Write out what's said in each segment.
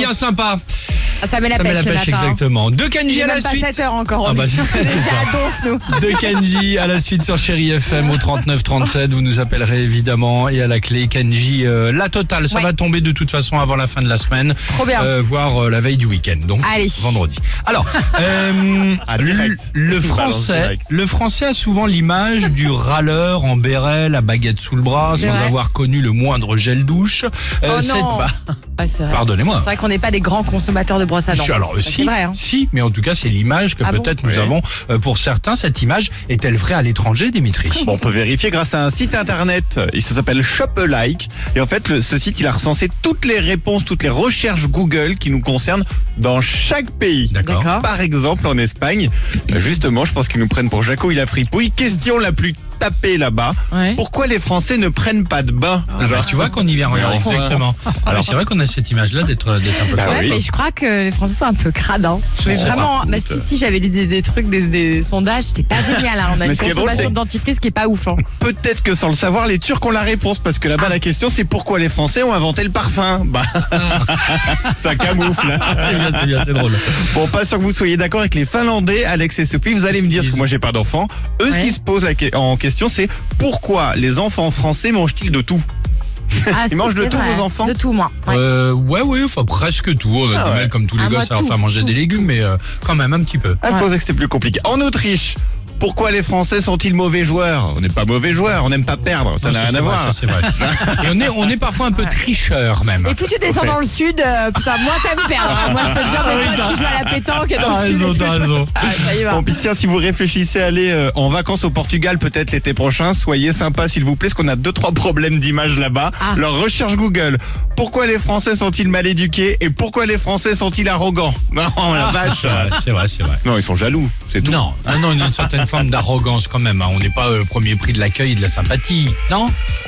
bien sympa. Ça met la Ça met pêche la le pêche, matin. exactement. De Kenji Il est à la même pas suite. 7h encore. Ah On bah, est c'est déjà ça. à donf, nous. De Kenji à la suite sur Chéri FM au 3937. Vous nous appellerez évidemment. Et à la clé, Kenji, la totale. Ça Ouais. va tomber de toute façon avant la fin de la semaine. Trop bien. Voire la veille du week-end. Donc, Allez. vendredi. Alors, direct. le Balance français, direct. le français a souvent l'image du râleur en béret, la baguette sous le bras, C'est sans vrai. avoir connu le moindre gel douche. Oh non. Ouais, c'est vrai. Pardonnez-moi. C'est vrai qu'on n'est pas des grands consommateurs de brosse à dents. Alors, C'est si, vrai. Hein. si, mais en tout cas, c'est l'image que Ah bon peut-être nous Oui. avons pour certains. Cette image est-elle vraie à l'étranger, Dimitri? Bon, on peut vérifier grâce à un site internet. Ça s'appelle Shop-alike. Et en fait, ce site, il a recensé toutes les réponses, toutes les recherches Google qui nous concernent dans chaque pays. D'accord. Par exemple, en Espagne, justement, je pense qu'ils nous prennent pour Jaco, il a fripouille. Question la plus tapée là-bas. Ouais. Pourquoi les Français ne prennent pas de bain? Ah bah, tu vois qu'on y vient, regarde, enfin. exactement. Alors, c'est vrai qu'on a cette image-là d'être un peu Bah crade. Ouais, oui. mais je crois que les Français sont un peu cradins. Mais sais vraiment, pas. bah, si j'avais lu des trucs, des sondages, c'était pas génial. Hein. On a Mais une ce qui est drôle, consommation c'est- de dentifrice qui est pas ouf. Hein. Peut-être que sans le savoir, les Turcs ont la réponse. Parce que là-bas, la question, c'est pourquoi les Français ont inventé le parfum? Bah, ça camoufle. Hein. C'est bien, c'est drôle. Bon, pas sûr que vous soyez d'accord avec les Finlandais, Alex et Sophie. Vous allez me dire, parce que moi j'ai pas d'enfants. Eux, ce Ouais. qui se pose en question, c'est pourquoi les enfants français mangent-ils de tout? Ah, Ils mangent de c'est tout, vrai. vos enfants? De tout, moi. Ouais. Ouais, enfin presque tout. On a Ah du ouais. mal, comme tous les Ah, moi, gosses, à tout, faire manger tout, des légumes, mais quand même un petit peu. Ah, je pensais que c'était plus compliqué. En Autriche, pourquoi les Français sont-ils mauvais joueurs? On n'est pas mauvais joueurs, on n'aime pas perdre. Ça n'a rien à voir. Ça, c'est vrai. Et on est parfois un peu tricheurs même. Et plus tu descends dans le sud, putain, moins t'aimes perdre. Hein. Moi, je peux te dire, mes potes qui jouent à la pétanque et dans T'as le sud. raison, et tout, t'as je raison. pense que ça y va. Bon, puis tiens, si vous réfléchissez à aller en vacances au Portugal, peut-être l'été prochain, soyez sympa s'il vous plaît, parce qu'on a 2-3 problèmes d'image là-bas. Ah. Leur recherche Google. Pourquoi les Français sont-ils mal éduqués et pourquoi les Français sont-ils arrogants? Non, la vache. C'est vrai, c'est vrai. Non, ils sont jaloux, c'est tout. Non, il y a une certaine forme d'arrogance quand même. Hein. On n'est pas au premier prix de l'accueil et de la sympathie. Non?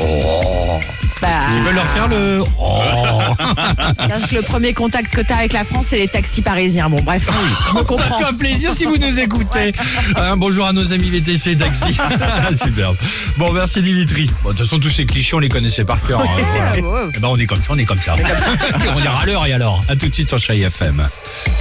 Bah, Tu peux leur faire le... Oh. c'est-à-dire que le premier contact que t'as avec la France, c'est les taxis parisiens. Bon, bref, je me Ça comprends. fait un plaisir si vous nous écoutez. Bonjour à nos amis VTC Taxi. Superbe. Bon, merci Dimitri. Bon, de toute façon, tous ces clichés, on les connaissait par cœur. Hein. Voilà. Ouais, ouais. Eh ben, on est comme ça, on est comme ça. On est râleurs et alors. À tout de suite sur Chéri FM.